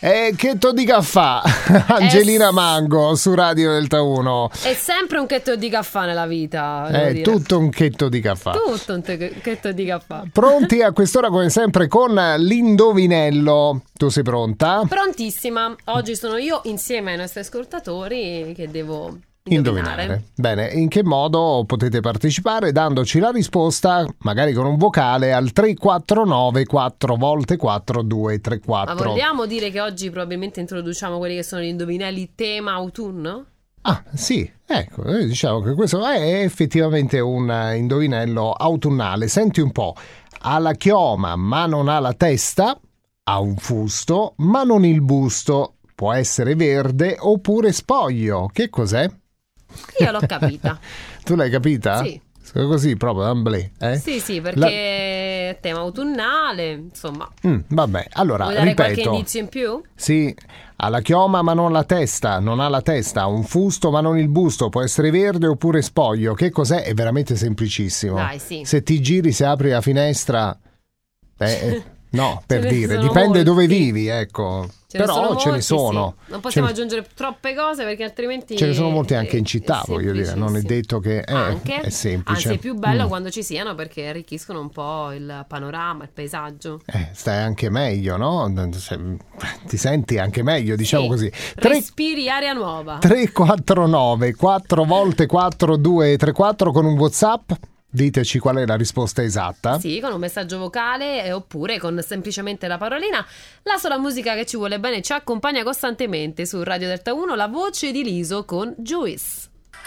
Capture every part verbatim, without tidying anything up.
E che to di caffè, Angelina Eh, Mango su Radio Delta uno. È sempre un chetto di caffè nella vita. devo È dire. tutto un chetto di caffè. Tutto un te- chetto di caffè. Pronti a quest'ora come sempre con l'indovinello. Tu sei pronta? Prontissima. Oggi sono io insieme ai nostri ascoltatori che devo indovinare. Indovinare. Bene, in che modo potete partecipare? Dandoci la risposta, magari con un vocale, al tre quattro nove quattro volte quattro due tre Ma quattro. vogliamo dire che oggi probabilmente introduciamo quelli che sono gli indovinelli tema autunno? Ah, sì, ecco, eh, diciamo che questo è effettivamente un eh, indovinello autunnale. Senti un po'. Ha la chioma, ma non ha la testa, ha un fusto, ma non il busto. Può essere verde oppure spoglio. Che cos'è? Io l'ho capita. Tu l'hai capita? Sì. Così proprio, d'amblè, eh? Sì, sì, perché è tema autunnale, insomma. Mm, vabbè, allora, Vuoi dare qualche ripeto. indizio in più? Sì, ha la chioma ma non la testa, non ha la testa, ha un fusto ma non il busto, può essere verde oppure spoglio. Che cos'è? È veramente semplicissimo. Dai, sì. Se ti giri, se apri la finestra, eh, eh, no, per Ce ne dire, sono dipende dove molti. vivi, ecco. Ce ne Però sono ce ne molti, sono. sì. Non possiamo Ce ne- aggiungere troppe cose perché altrimenti Ce ne sono molti anche in è- città, è voglio dire, non è semplicissimo. detto che eh, Anche, è semplice. anzi è più bello Mm. quando ci siano perché arricchiscono un po' il panorama, il paesaggio. Eh, stai anche meglio, no? Se- Ti senti anche meglio, diciamo Sì. così. Tre Respiri aria nuova. tre quattro nove quattro volte quattro due tre quattro con un WhatsApp. Diteci qual è la risposta esatta. Sì, con un messaggio vocale eh, oppure con semplicemente la parolina. La sola musica che ci vuole bene ci accompagna costantemente su Radio Delta uno, la voce di Liso con Juice.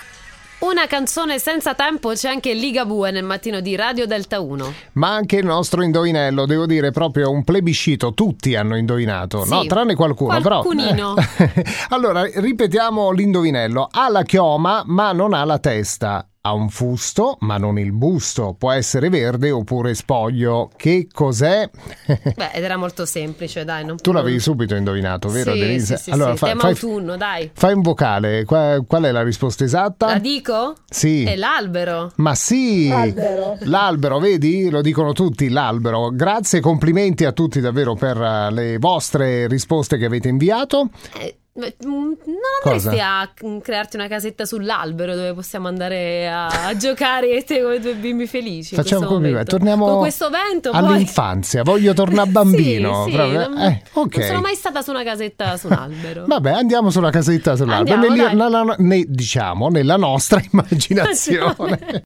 Una canzone senza tempo, c'è anche Ligabue nel mattino di Radio Delta uno. Ma anche il nostro indovinello, devo dire, proprio un plebiscito, tutti hanno indovinato, Sì. no? Tranne qualcuno, Qualcunino. però. Allora, ripetiamo l'indovinello. Ha la chioma, ma non ha la testa. Ha un fusto, ma non il busto. Può essere verde oppure spoglio. Che cos'è? Beh, ed era molto semplice, dai. Non Tu l'avevi subito indovinato, vero Sì, Denise? sì, sì, allora, sì. fa- Tema fai, autunno, dai. fai un vocale. Qual, qual è la risposta esatta? La dico? Sì. È l'albero. Ma sì, L'albero. l'albero, vedi? Lo dicono tutti, l'albero. Grazie, complimenti a tutti davvero per eh, le vostre risposte che avete inviato. Eh, mm, non Cosa? andresti a mm, crearti una casetta sull'albero dove possiamo andare a, a giocare e te come due bimbi felici? in Facciamo questo come momento? torniamo con questo vento poi. all'infanzia. Voglio tornare bambino. Sì, sì, proprio. non, Eh, ok. non sono mai stata su una casetta su un albero. Vabbè, andiamo sulla casetta sull'albero. Andiamo, Nel- dai. nella- ne- diciamo nella nostra immaginazione.